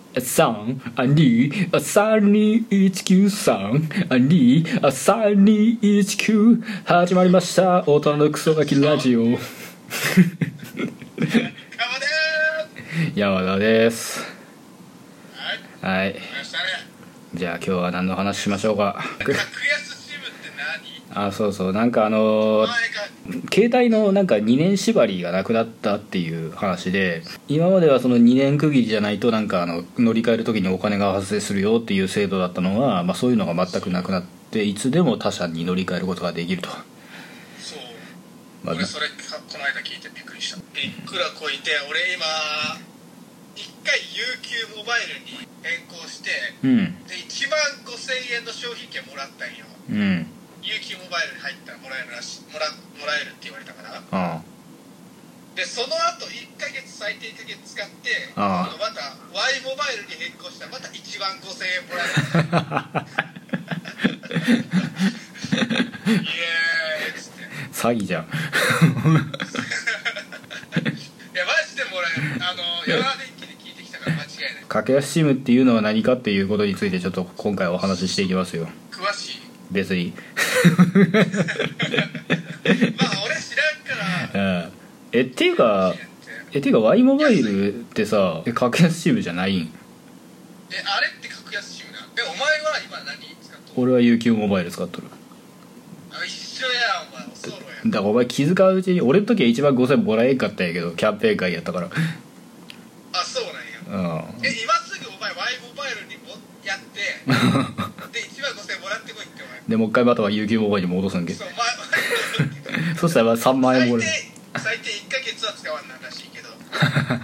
32193219始まりました。大人のクソガキラジオ山田です。はい、じゃあ今日は何の話しましょうか。 格安シムって何？ そうそう、なんか携帯のなんか2年縛りがなくなったっていう話で、今まではその2年区切りじゃないとなんか乗り換える時にお金が発生するよっていう制度だったのが、そういうのが全くなくなって、いつでも他社に乗り換えることができると。 そう、俺それこの間聞いてびっくりした。いくらこいて、俺今1回 UQ モバイルに変更して、で1万5000円の商品券もらったんよ。UQ モバイルに入ったらもらえるって言われたから。でその後1ヶ月最低1ヶ月使って、また Y モバイルに変更したらまた1万5000円もらえる。イエーイっつって詐欺じゃん。いやマジでもらえる。ヤマ電機で聞いてきたから間違いない。 格安シムっていうのは何かっていうことについてちょっと今回お話ししていきますよ。 詳しい？ 別に俺知らんから。 っていうか Y モバイルってさ、格安シムじゃないん？ あれって格安シムなの？お前は今何使ってる？ 俺は UQ モバイル使っとる。 一緒やお前、おそろや。 だからお前気遣ううちに、俺の時は1万5000もらえんかったんやけど、キャンペーン会やったから。 そうなんや。今すぐお前 Y モバイルにもやってで1万5000もらってこいってお前でもう一回または UQ モバイルに戻すんけ。 そうそしたら3万円もらえる。 最低1ヶ月は使わんなんらしいけど3万円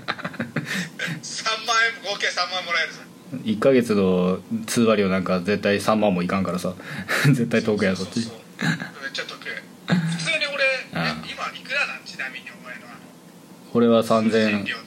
合計3万もらえるぞ。 1ヶ月の通話料なんか絶対3万もいかんからさ絶対得やそっち。 めっちゃ得。普通に俺今いくらなん？ちなみにお前の俺は3000円。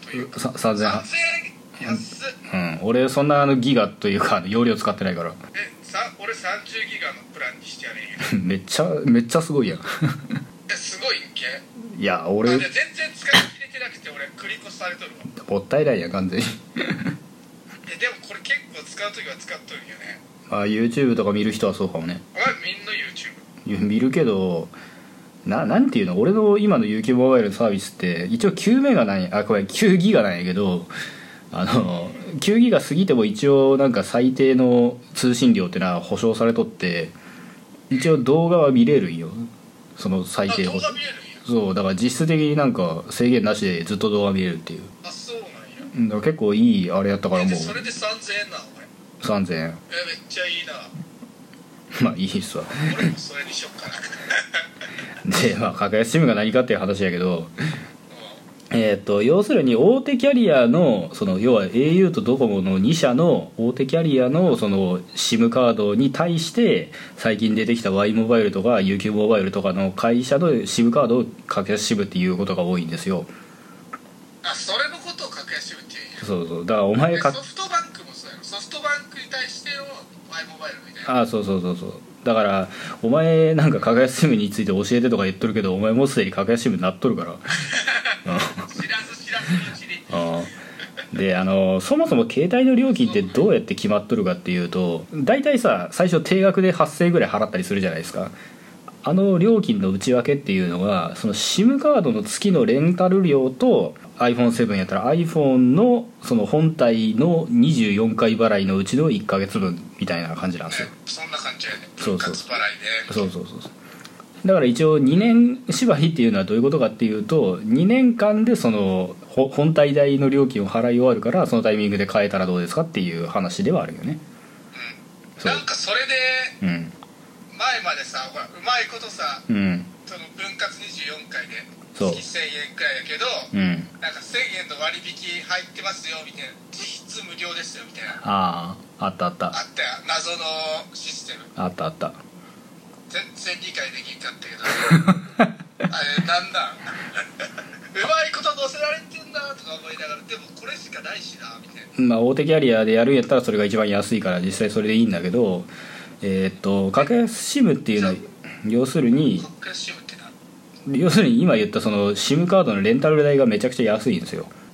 安っ。 俺そんなギガというか容量使ってないから。 俺30ギガのプランにしてやれんよ。 めっちゃすごいやんすごいんけ？ いや俺全然使い切れてなくて俺繰り越されとるわ。 もったいないやん完全にでもこれ結構使う時は使っとるよね。 YouTube とか見る人はそうかもね。 お前みんな YouTube？ 見るけどなんていうの、俺の今の UQ モバイルのサービスって一応9メガなんや、9ギガなんやけど、9ギガ過ぎても一応なんか最低の通信量ってのは保証されとって、一応動画は見れるんよ、その最低保証。そうだから実質的になんか制限なしでずっと動画見れるっていう。 そうなんや。 だから結構いいあれやったから。もうそれで3000円なの？ 3000円。 めっちゃいいな。 いいっすわ。 俺もそれにしよっかなで格安シムが何かっていう話やけど、要するに大手キャリアの要は au とドコモの2社の大手キャリアのSIM カードに対して最近出てきた Y モバイルとか UQ モバイルとかの会社の SIM カードを格安シムっていうことが多いんですよ。 それのことを格安シムって言うんや。 そうだからお前ソフトバンクもそうやろ。ソフトバンクに対しての Y モバイルみたいな。 そうだからお前なんか格安シムについて教えてとか言っとるけど、お前もうすでに格安シムになっとるから知らずうちにでそもそも携帯の料金ってどうやって決まっとるかっていうと、大体さ最初定額で8000円ぐらい払ったりするじゃないですか。料金の内訳っていうのがその SIM カードの月のレンタル料と iPhone7 やったら iPhone のその本体の24回払いのうちの1ヶ月分みたいな感じなんですよ。 そんな感じやね。 そう分割払いで。 そうだから一応2年縛りっていうのはどういうことかっていうと、2年間でその本体代の料金を払い終わるから、そのタイミングで変えたらどうですかっていう話ではあるよね。 なんかそれで、前までさ、ほらうまいことさ、その分割24回で月1000円くらいやけど、なんか1000円の割引入ってますよみたいな、実質無料ですよみたいな。 あったよ、 謎のシステムあった。 全然理解できんかったけどなんだうまいこと載せられてんなとか思いながら、でもこれしかないしなみたいな。 大手キャリアでやるんやったらそれが一番安いから実際それでいいんだけど、格安シムっていうのは要するに今言ったその SIM カードのレンタル代がめちゃくちゃ安いんですよ。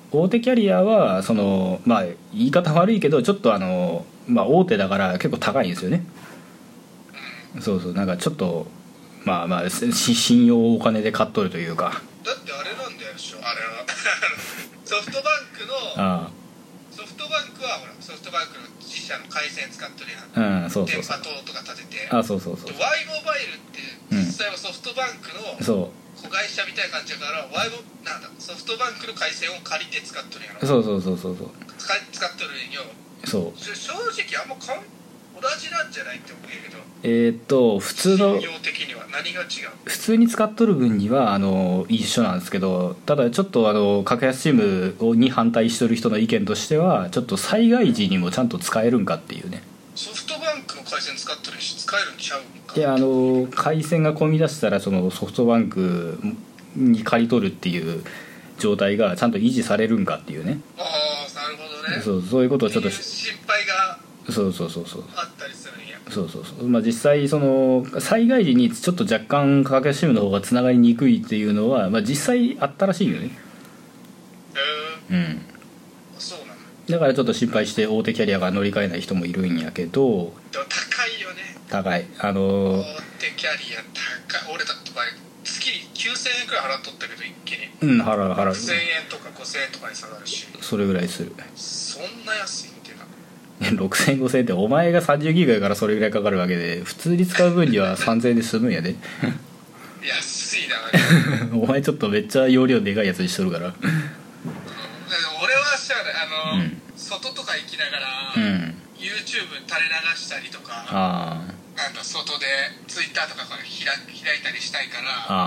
大手キャリアはそのまあ言い方悪いけどちょっとまあ大手だから結構高いんですよね。そうそう、なんかちょっとまあまあ信用をお金で買っとるというか。 だってあれなんだよあれはソフトバンクのああソフトバンクはほらソフトバンクの自社の回線使っとるやん、 うん、そうそう電そう、 波塔とか立てて、 あそうそうそう、 Y モバイルって実際はソフトバンクのそ子会社みたいな感じだから、なんだソフトバンクの回線を借りて使っとるやろ。 うそうそうそうそうそう使っとるんよ。 そう正直あんま同じなんじゃないって思うけど、 普通の信用的には何が違う。 普通に使っとる分には一緒なんですけど、ただちょっと格安シムに反対しとる人の意見としてはちょっと災害時にもちゃんと使えるんかっていうね。 ソフトバンクの回線使っとるし使えるんちゃうんか。 いや回線が混み出したらそのソフトバンクに借り取るっていう状態がちゃんと維持されるんかっていうね。 ああなるほどね。 そういうことをちょっと心配がそうあったりするんや。 そうまあ実際その災害時にちょっと若干格安シムの方がつながりにくいっていうのは、まあ、実際あったらしいよね。 そうなの。 だからちょっと心配して大手キャリアが乗り換えない人もいるんやけど。 でも高いよね。 高い大手キャリア高い。俺だって月9000円くらい払っとったけど一気に払う 6000円とか5000円とかに下がるし、 それぐらいする。 そんな安いっていうか 6000円5000円ってお前が30ギガやからそれぐらいかかるわけで、普通に使う分には3000円で済むんやで安いなお前ちょっとめっちゃ容量でかいやつにしとるから俺はさ外とか行きながら、YouTube 垂れ流したりとか、外で Twitter とか開いたりしたいから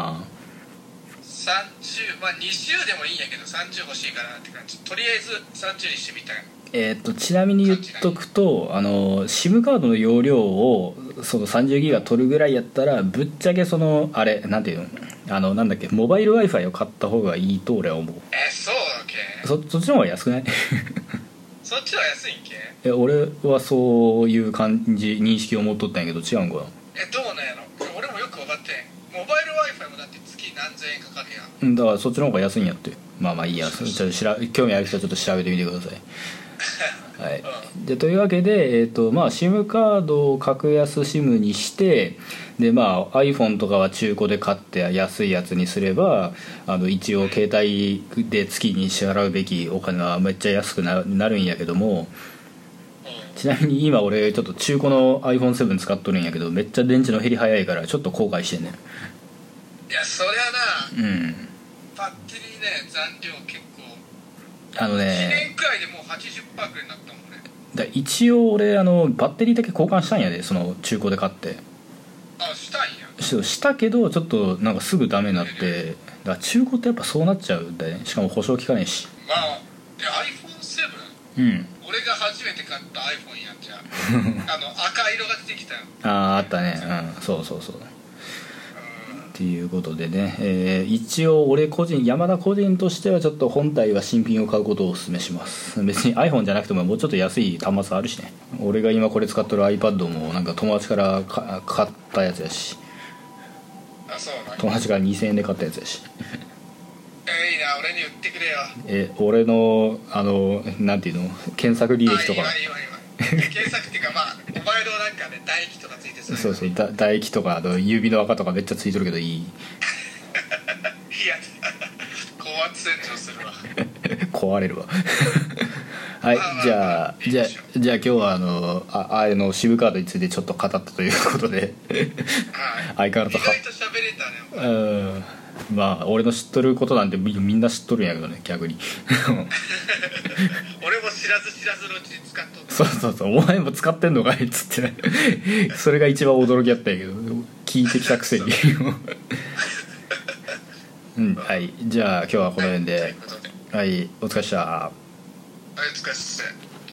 、30まあ20でもいいんやけど30欲しいかなって感じ。とりあえず30にしてみたい。 ちなみに言っとくとSIM カードの容量をその30ギガ取るぐらいやったらぶっちゃけそのあれなんていうのなんだっけモバイル Wi-Fi を買った方がいいと俺は思う。 そうだっけ。 そっちの方が安くないそっちは安いんけ。 俺はそういう認識を持っとったんやけど違うんかな。 どうなんやろ。俺もよく分かってん。モバイル Wi-Fi もだって月何千円かかるやん。 だからそっちの方が安いんやって。まあいいや、ちょっと興味ある人はちょっと調べてみてくださいはい、でというわけで、SIM カードを格安 SIM にしてで、iPhone とかは中古で買って安いやつにすれば一応携帯で月に支払うべきお金はめっちゃ安くなるんやけども、ちなみに今俺ちょっと中古の iPhone7 使っとるんやけどめっちゃ電池の減り早いからちょっと後悔してんねん。 いやそりゃな、バッテリーね残量結構1年くらいでもう 80% くらいになったもんね。 一応俺バッテリーだけ交換したんやで、その中古で買って。 したんや。 したけどちょっとなんかすぐダメになって、だから中古ってやっぱそうなっちゃうんだよね。しかも保証効かねえし。 で iPhone7、俺が初めて買った iPhone やんじゃ赤色が出てきたよ。 あったね。そうっていうことでね、一応俺山田個人としてはちょっと本体は新品を買うことをお勧めします。別に iPhone じゃなくてももうちょっと安い端末あるしね。俺が今これ使ってる iPad もなんか友達から買ったやつやし、 そうなん友達から2000円で買ったやつやしいいな、俺に売ってくれよ。 俺のなんていうの検索履歴とかいいわ検索っていうかお前のなんかね唾液とかついてそう唾液とか指の赤とかめっちゃついてるけどいいいや高圧洗浄するわ壊れるわはいじゃあ今日はSIM カードについてちょっと語ったということで相変わらず意外と喋れたね。 俺の知っとることなんてみんな知っとるんやけどね逆に俺も知らずのうちに使っとった。 そうお前も使ってんのかいっつってそれが一番驚きやったんやけど聞いてきたくせにはいじゃあ今日はこの辺で、はいお疲れっした。 お疲れっした。